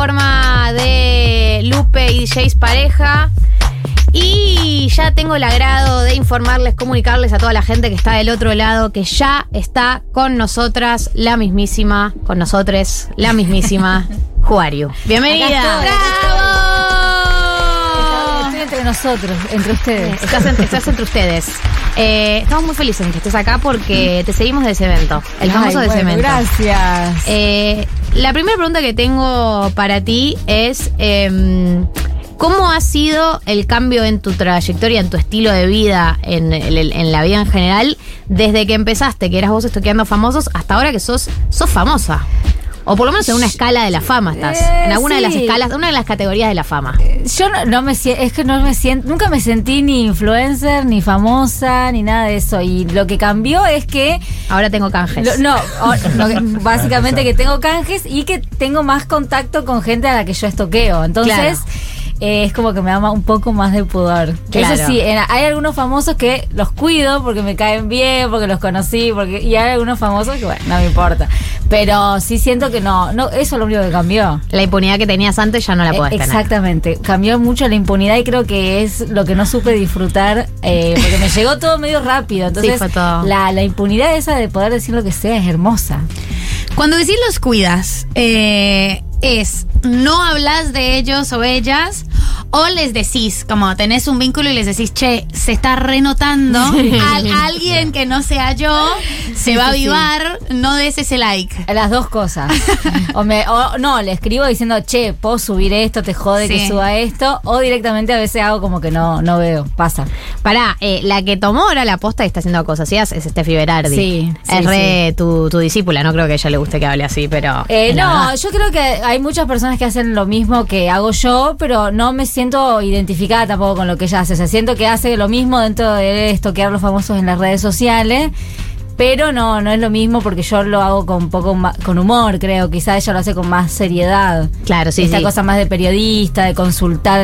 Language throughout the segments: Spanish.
plataforma de Lupe y DJs Pareja. Y ya tengo el agrado de informarles, comunicarles a toda la gente que está del otro lado que ya está con nosotras la mismísima Juariu. Bienvenida. ¡Bravo! Estoy entre nosotros, entre ustedes. Estás entre ustedes. Estamos muy felices en que estés acá porque te seguimos de ese evento, el famoso de ese evento. Gracias. La primera pregunta que tengo para ti es ¿cómo ha sido el cambio en tu trayectoria, en tu estilo de vida, en la vida en general, desde que empezaste, que eras vos estoqueando famosos, hasta ahora que sos famosa? O por lo menos en una escala de la fama estás. En alguna de las escalas, una de las categorías de la fama. Yo nunca me sentí ni influencer, ni famosa, ni nada de eso. Y lo que cambió es que... Ahora tengo canjes. Básicamente que tengo canjes y que tengo más contacto con gente a la que yo estoqueo. Entonces... Claro. Es como que me da un poco más de pudor. Claro. Eso sí, hay algunos famosos que los cuido porque me caen bien, porque los conocí, y hay algunos famosos que, bueno, no me importa. Pero sí siento que no, eso es lo único que cambió. La impunidad que tenías antes ya no la podés tener. Exactamente. Cambió mucho la impunidad y creo que es lo que no supe disfrutar, porque me llegó todo medio rápido. Entonces, sí, fue todo. La impunidad esa de poder decir lo que sea es hermosa. Cuando decís los cuidas, no hablas de ellos o ellas, o les decís, como tenés un vínculo y les decís, che, se está renotando, a alguien que no sea yo, se va a avivar, no des ese like. Las dos cosas. o no, le escribo diciendo, che, puedo subir esto, te jode que suba esto, o directamente a veces hago como que no veo, pasa. Pará, la que tomó ahora la posta y está haciendo cosas así es Steffi Berardi. Sí. Es re tu discípula, no creo que a ella le guste que hable así, pero... no, yo creo que hay muchas personas que hacen lo mismo que hago yo, pero no me siento identificada tampoco con lo que ella hace. O sea, siento que hace lo mismo dentro de estoquear a los famosos en las redes sociales, pero no es lo mismo porque yo lo hago con con humor, creo. Quizá ella lo hace con más seriedad. Claro, sí. Esta cosa más de periodista, de consultar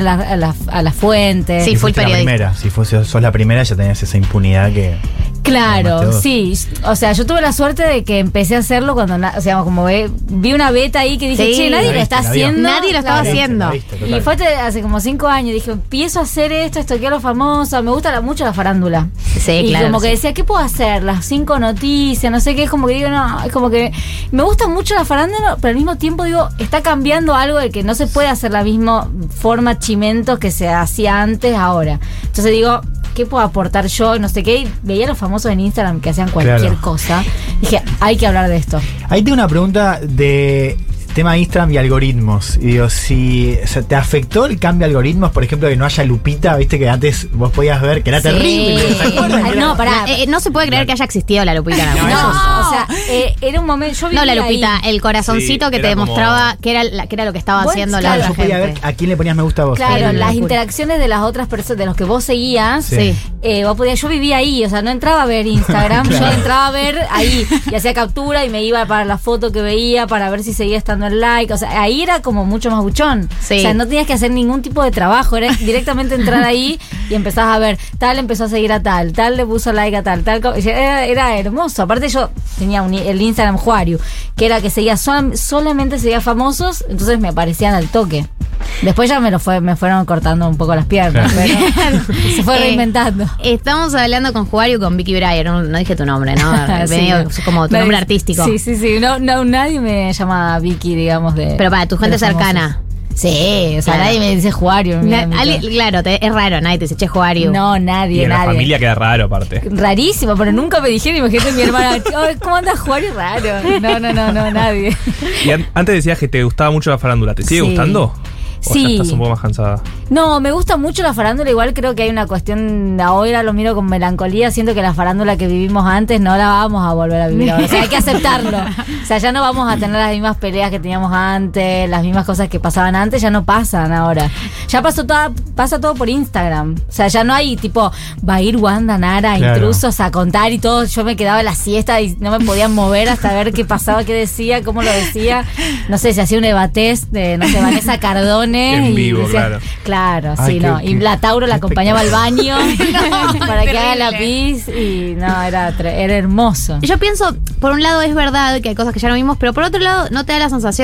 a las fuentes. Sí, fue periodista. Si sos la primera, ya tenías esa impunidad que... Claro, sí. O sea, yo tuve la suerte de que empecé a hacerlo cuando, como vi una beta ahí que dije, che, nadie lo está haciendo. Nadie lo estaba haciendo. Y fue hace como 5 años. Dije, empiezo a hacer esto, estoquear a los famosos. Me gusta mucho la farándula. Sí, y claro. Y como que decía, ¿qué puedo hacer? Las 5 noticias, no sé qué. Es como que digo, no, es como que me gusta mucho la farándula, pero al mismo tiempo digo, está cambiando algo de que no se puede hacer la misma forma chimentos que se hacía antes ahora. Entonces digo, ¿qué puedo aportar yo? No sé qué. Y veía a los famosos en Instagram que hacían cualquier cosa. Dije, hay que hablar de esto. Ahí tengo una pregunta de tema Instagram y algoritmos. Y digo, ¿te afectó el cambio de algoritmos? Por ejemplo, que no haya Lupita, viste que antes vos podías ver que era terrible. No, pará. No se puede creer que haya existido la Lupita. O sea, era un momento. Yo no, la Lupita, ahí. El corazoncito que te demostraba que era lo que estaba haciendo claro, la yo gente. podía ver a quién le ponías me gusta a vos. Claro, las interacciones de las otras personas, de los que vos seguías. Sí. Yo vivía ahí, o sea, no entraba a ver Instagram, claro. Yo entraba a ver ahí y hacía captura y me iba para la foto que veía para ver si seguía estando el like. O sea, ahí era como mucho más buchón. Sí. O sea, no tenías que hacer ningún tipo de trabajo, era directamente entrar ahí y empezás a ver, tal empezó a seguir a tal le puso like a tal. Era hermoso. Aparte yo tenía el Instagram Juariu, que era que seguía solamente seguía famosos, entonces me aparecían al toque. Después ya me fueron cortando un poco las piernas, pero se fue reinventando. Estamos hablando con Juariu, con Vicky Breyer, no dije tu nombre, ¿no? Sí, como tu nombre artístico. Sí. No, nadie me llama Vicky, digamos, de... Pero para tu gente cercana. Sí, o sea, claro. Nadie me dice Juariu. Claro, es raro, nadie te dice, che, Juariu. No, nadie. Y en la familia queda raro, aparte. Rarísimo, pero nunca me dijeron, imagínate mi hermana, ¿cómo andas Juariu? Raro. No, nadie. Y antes decías que te gustaba mucho la farándula, ¿te sigue gustando? ¿O sí. ya estás un poco más cansada? No, me gusta mucho la farándula. Igual creo que hay una cuestión, ahora lo miro con melancolía. Siento que la farándula que vivimos antes no la vamos a volver a vivir ahora. O sea, hay que aceptarlo. O sea, ya no vamos a tener las mismas peleas que teníamos antes, las mismas cosas que pasaban antes, ya no pasan ahora. Ya pasa todo por Instagram. O sea, ya no hay tipo, va a ir Wanda Nara, claro, intrusos a contar y todo. Yo me quedaba en la siesta y no me podían mover hasta ver qué pasaba, qué decía, cómo lo decía. No sé, se hacía un evatez de, no sé, Vanessa Cardone. En vivo, decía, claro, ay, sí, no. Y la Tauro la acompañaba al baño para que haga la pis y no, era hermoso. Yo pienso, por un lado es verdad que hay cosas que ya no vimos, pero por otro lado no te da la sensación,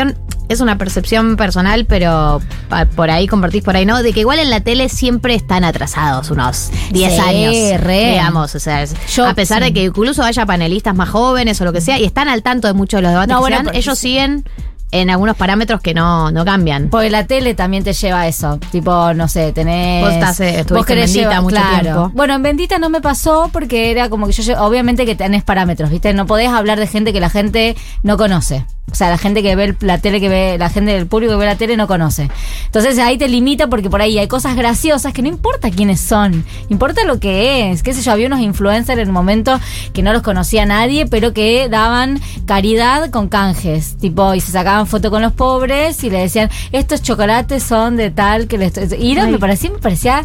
es una percepción personal, pero por ahí compartís por ahí, ¿no? De que igual en la tele siempre están atrasados unos 10 Sí, años, re. digamos. O sea, Yo- a pesar de que incluso haya panelistas más jóvenes o lo que sea, y están al tanto de muchos de los debates No, que bueno, se dan, pero- ellos siguen en algunos parámetros que no cambian. Porque la tele también te lleva a eso. Tipo, no sé, tenés. Vos estuviste en querés Bendita mucho tiempo. Bueno, en Bendita no me pasó porque era como que obviamente que tenés parámetros, ¿viste? No podés hablar de gente que la gente no conoce. O sea, la gente que ve la tele, la gente del público que ve la tele no conoce. Entonces ahí te limita porque por ahí hay cosas graciosas que no importa quiénes son, importa lo que es. Qué sé yo, había unos influencers en el momento que no los conocía nadie, pero que daban caridad con canjes. Tipo, y se sacaban foto con los pobres y le decían, estos chocolates son de tal que les... Y me parecía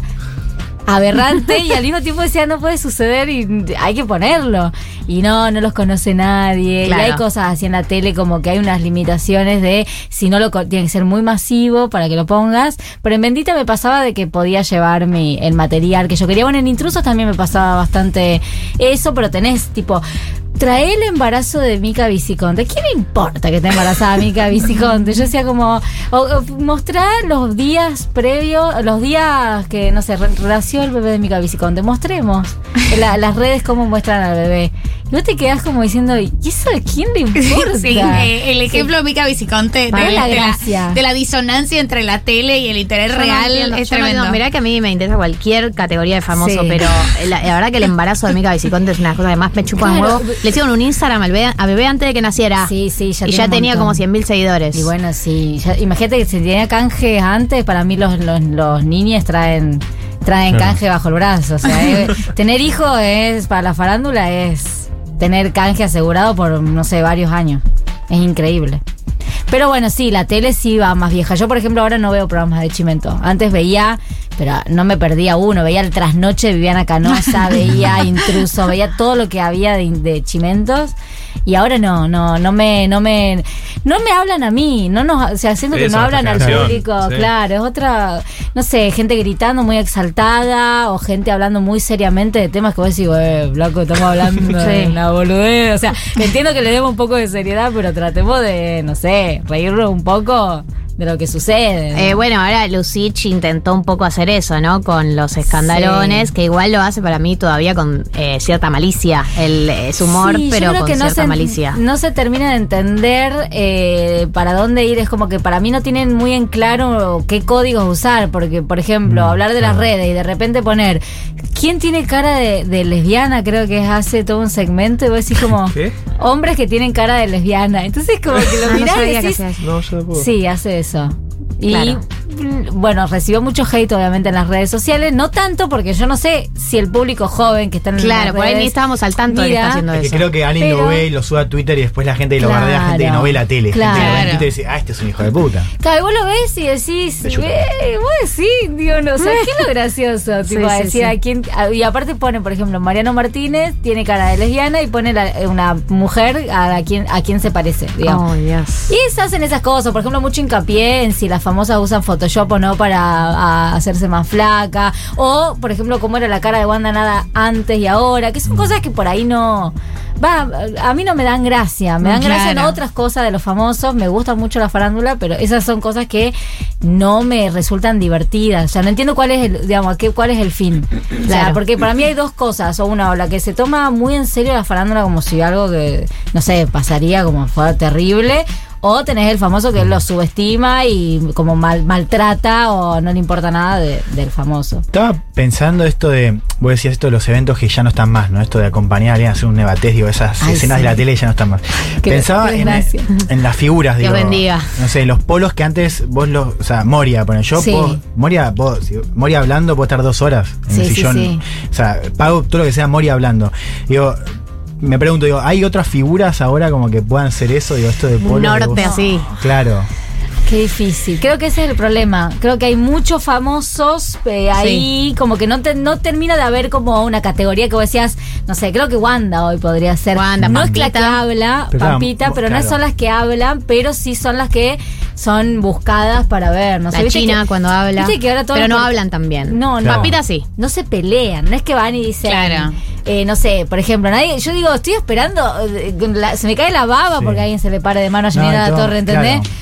aberrante y al mismo tiempo decía no puede suceder y hay que ponerlo y no los conoce nadie. Claro. Y hay cosas así en la tele como que hay unas limitaciones de si no tiene que ser muy masivo para que lo pongas, pero en Bendita me pasaba de que podía llevar el material que yo quería. Bueno, en Intrusos también me pasaba bastante eso, pero tenés tipo trae el embarazo de Mica Viciconte. ¿Qué me importa que esté embarazada Mica Viciconte? Yo decía como o mostrar los días previos, los días que, no sé, nació el bebé de Mica Viciconte. Mostremos las redes cómo muestran al bebé. Y vos te quedás como diciendo, ¿y eso a quién le importa? Sí, el ejemplo de Mica Viciconte Para de la gracia. de la disonancia entre la tele y el interés real es tremendo. Mirá que a mí me interesa cualquier categoría de famoso, Sí. pero la verdad que el embarazo de Mica Viciconte es una cosa que más me chupa un Claro. huevo. Le hicieron un Instagram a bebé antes de que naciera. Sí, y tiene ya un tenía montón. como 100.000 seguidores. Y bueno, sí. Imagínate que si tenía canje antes, para mí los niños traen canje bajo el brazo. O sea, tener hijos para la farándula es tener canje asegurado por, no sé, varios años. Es increíble. Pero bueno, sí, la tele sí va más vieja. Yo, por ejemplo, ahora no veo programas de Chimento. Antes veía, pero no me perdía uno. Veía el Trasnoche de Viviana Canosa, veía Intrusos, veía todo lo que había de Chimentos. Y ahora no me hablan a mí. O sea, siento que Es no otra hablan al generación, público. sí. Claro, es otra, no sé, gente gritando muy exaltada o gente hablando muy seriamente de temas que vos decís, blanco, estamos hablando de una boludez. O sea, entiendo que le demos un poco de seriedad, pero tratemos de, no sé, reírnos un poco de lo que sucede, ¿no? Bueno, ahora Lucich intentó un poco hacer eso, ¿no? Con los escandalones, Sí. que igual lo hace para mí todavía con cierta malicia. Es humor, Sí, yo pero creo con que cierta malicia. no se termina de entender para dónde ir. Es como que para mí no tienen muy en claro qué códigos usar. Porque, por ejemplo, hablar de las redes y de repente poner ¿quién tiene cara de lesbiana? Creo que hace todo un segmento y vos decís como ¿Qué? hombres que tienen cara de lesbiana. Entonces como que lo No mirás sabía y que decís, hacía eso. No, yo tampoco. sí, hace eso. Y Claro. bueno, recibió mucho hate obviamente en las redes sociales, no tanto porque yo no sé si el público joven que está en Claro, las por ahí redes ni estábamos al tanto de que mira, está haciendo Es que eso. creo que alguien Pero- lo ve y lo sube a Twitter y después la gente lo Claro. bardea, gente que no ve la tele. Gente que lo ve en Claro. Twitter y dice, este es un hijo de puta. Claro, y vos lo ves y decís, Me chupa. vos decís, digo, no, o sea, ¿qué es lo gracioso? Tipo, Sí, sí, decir sí. a quién, y aparte pone, por ejemplo, Mariano Martínez tiene cara de lesbiana y pone una mujer a quien se parece, digamos. Oh, Dios. Y se hacen esas cosas, por ejemplo, mucho hincapié en si las famosas usan Photoshop o no para hacerse más flaca, o por ejemplo cómo era la cara de Wanda Nara antes y ahora, que son cosas que por ahí no... a mí no me dan gracia, me dan gracia en Claro. otras cosas de los famosos, me gusta mucho la farándula, pero esas son cosas que no me resultan divertidas, o sea, no entiendo cuál es cuál es el fin. O sea, Claro. porque para mí hay dos cosas, o una, o la que se toma muy en serio la farándula como si algo que, no sé, pasaría como fuera terrible, o tenés el famoso que lo subestima y como maltrata o no le importa nada del famoso. Estaba pensando esto de, vos decías esto de los eventos que ya no están más, ¿no? Esto de acompañar a alguien a hacer un nevatés, digo, esas Ay, escenas sí. de la tele ya no están más. Qué Pensaba desgracia. en las figuras, Dios digo. bendiga. No sé, los polos que antes vos o sea, Moria, ponen yo, Sí. Moria hablando, puedo estar 2 horas en Sí, el sí, sillón. sí. O sea, pago todo lo que sea Moria hablando. Digo, me pregunto, digo, ¿hay otras figuras ahora como que puedan ser eso? Digo, esto de Un polos. de norte vos- así. Claro. Qué difícil. Creo que ese es el problema. Creo que hay muchos famosos ahí, como que no termina de haber como una categoría que vos decías, no sé, creo que Wanda hoy podría ser. Wanda, no es la que Pampita. habla, Pero claro, Pampita, pero no claro. son las que hablan, pero sí son las que son buscadas para ver. No sé, La ¿viste China que- cuando habla. viste que ahora todos pero no los- hablan tan bien. No, no. Papita sí. No se pelean, no es que van y dicen, Claro. no sé, por ejemplo, yo digo, estoy esperando, se me cae la baba Sí. porque a alguien se le pare de mano a Janina No, y todo, La Torre, ¿entendés? claro.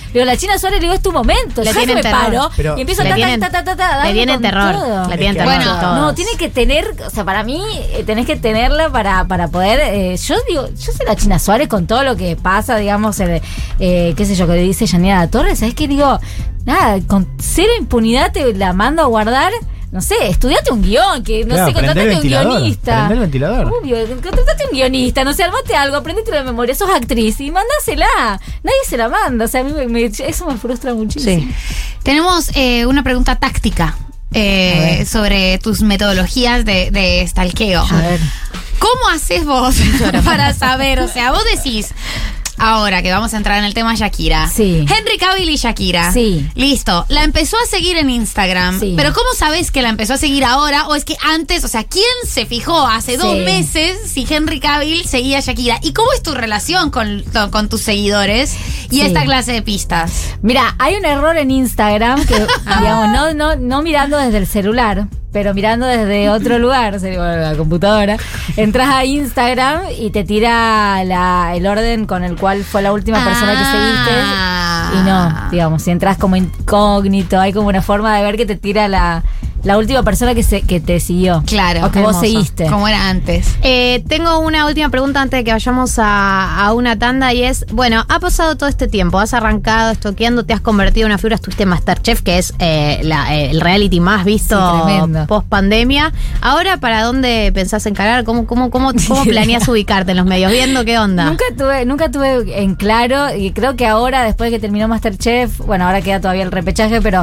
Digo, la China Suárez, digo, es tu momento. Le Yo tienen me terror. paro Pero y empiezo le tienen- a le darle tienen con terror. todo. Le tienen Es que- terror. Bueno, todos. No, tiene que tener, o sea, para mí tenés que tenerla para poder, yo digo, yo sé la China Suárez con todo lo que pasa, digamos, qué sé yo, que dice Yanira Torres, ¿sabes qué? Digo, nada, con cero impunidad te la mando a guardar. No sé, estudiate un guión, que no Claro, sé, prende el contratate un ventilador, guionista. prende el ventilador. Obvio, contratate un guionista, no sé, armate algo, aprendete de memoria, sos actriz y mandásela. Nadie se la manda, o sea, a mí eso me frustra muchísimo. Sí. Tenemos una pregunta táctica sobre tus metodologías de stalkeo. A ver. ¿Cómo haces vos para saber? O sea, vos decís, ahora que vamos a entrar en el tema Shakira. Sí. Henry Cavill y Shakira. Sí. Listo. La empezó a seguir en Instagram. Sí. Pero ¿cómo sabes que la empezó a seguir ahora? O es que antes, o sea, ¿quién se fijó hace 2 Sí. meses si Henry Cavill seguía a Shakira? ¿Y cómo es tu relación con tus seguidores y Sí. esta clase de pistas? Mira, hay un error en Instagram que, digamos, no mirando desde el celular, pero mirando desde otro lugar, o sea, bueno, la computadora, entras a Instagram y te tira el orden con el cual fue la última persona que seguiste. Y no, digamos, si entras como incógnito, hay como una forma de ver que te tira la última persona que te siguió. Claro. O que vos hermoso. seguiste. Como era antes. Tengo una última pregunta antes de que vayamos a una tanda y es, bueno, ha pasado todo este tiempo, has arrancado estoqueando, te has convertido en una figura, estuviste en Masterchef, que es el reality más visto Sí, tremendo. post pandemia. Ahora, ¿para dónde pensás encarar? ¿Cómo planeas ubicarte en los medios? Viendo qué onda. Nunca tuve en claro, y creo que ahora, después de que terminó Masterchef, bueno, ahora queda todavía el repechaje, pero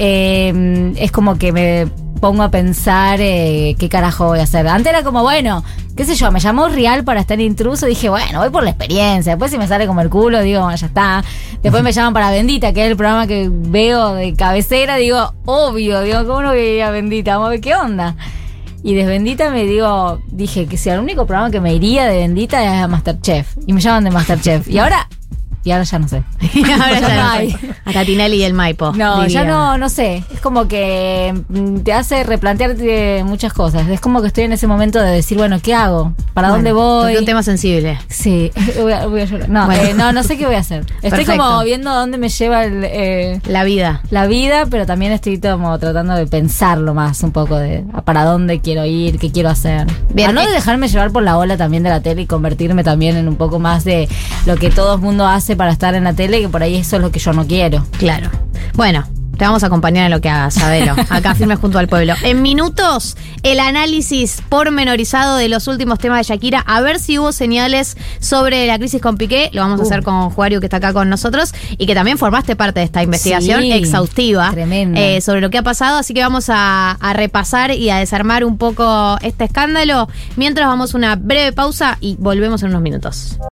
es como que me pongo a pensar qué carajo voy a hacer. Antes era como, bueno, qué sé yo, me llamó Real para estar Intruso, dije, bueno, voy por la experiencia. Después si me sale como el culo, digo, bueno, ya está. Después me llaman para Bendita, que es el programa que veo de cabecera, digo, obvio, digo, ¿cómo no voy a ir a Bendita? Vamos a ver qué onda. Y de Bendita dije que si el único programa que me iría de Bendita es a Masterchef. Y me llaman de Masterchef. Y ahora ya no sé. Ahora Ya ya no no hay. sé. A Tatinelli y el Maipo. No, diría. ya no sé. Es como que te hace replantearte muchas cosas. Es como que estoy en ese momento de decir, bueno, ¿qué hago? ¿Para Bueno, dónde voy? toqué un tema sensible. Sí, voy a llorar. No, Bueno. no sé qué voy a hacer. Estoy Perfecto. como viendo a dónde me lleva La vida. la vida, pero también estoy como tratando de pensarlo más un poco de para dónde quiero ir, qué quiero hacer. Bien, A no de dejarme llevar por la ola también de la tele y convertirme también en un poco más de lo que todo el mundo hace para estar en la tele, que por ahí eso es lo que yo no quiero. Claro. Bueno, te vamos a acompañar en lo que hagas, Sabelo. Acá firme junto al pueblo. En minutos, el análisis pormenorizado de los últimos temas de Shakira. A ver si hubo señales sobre la crisis con Piqué. Lo vamos a hacer con Juario, que está acá con nosotros. Y que también formaste parte de esta investigación Sí, exhaustiva. tremenda. Sobre lo que ha pasado. Así que vamos a repasar y a desarmar un poco este escándalo. Mientras vamos a una breve pausa y volvemos en unos minutos.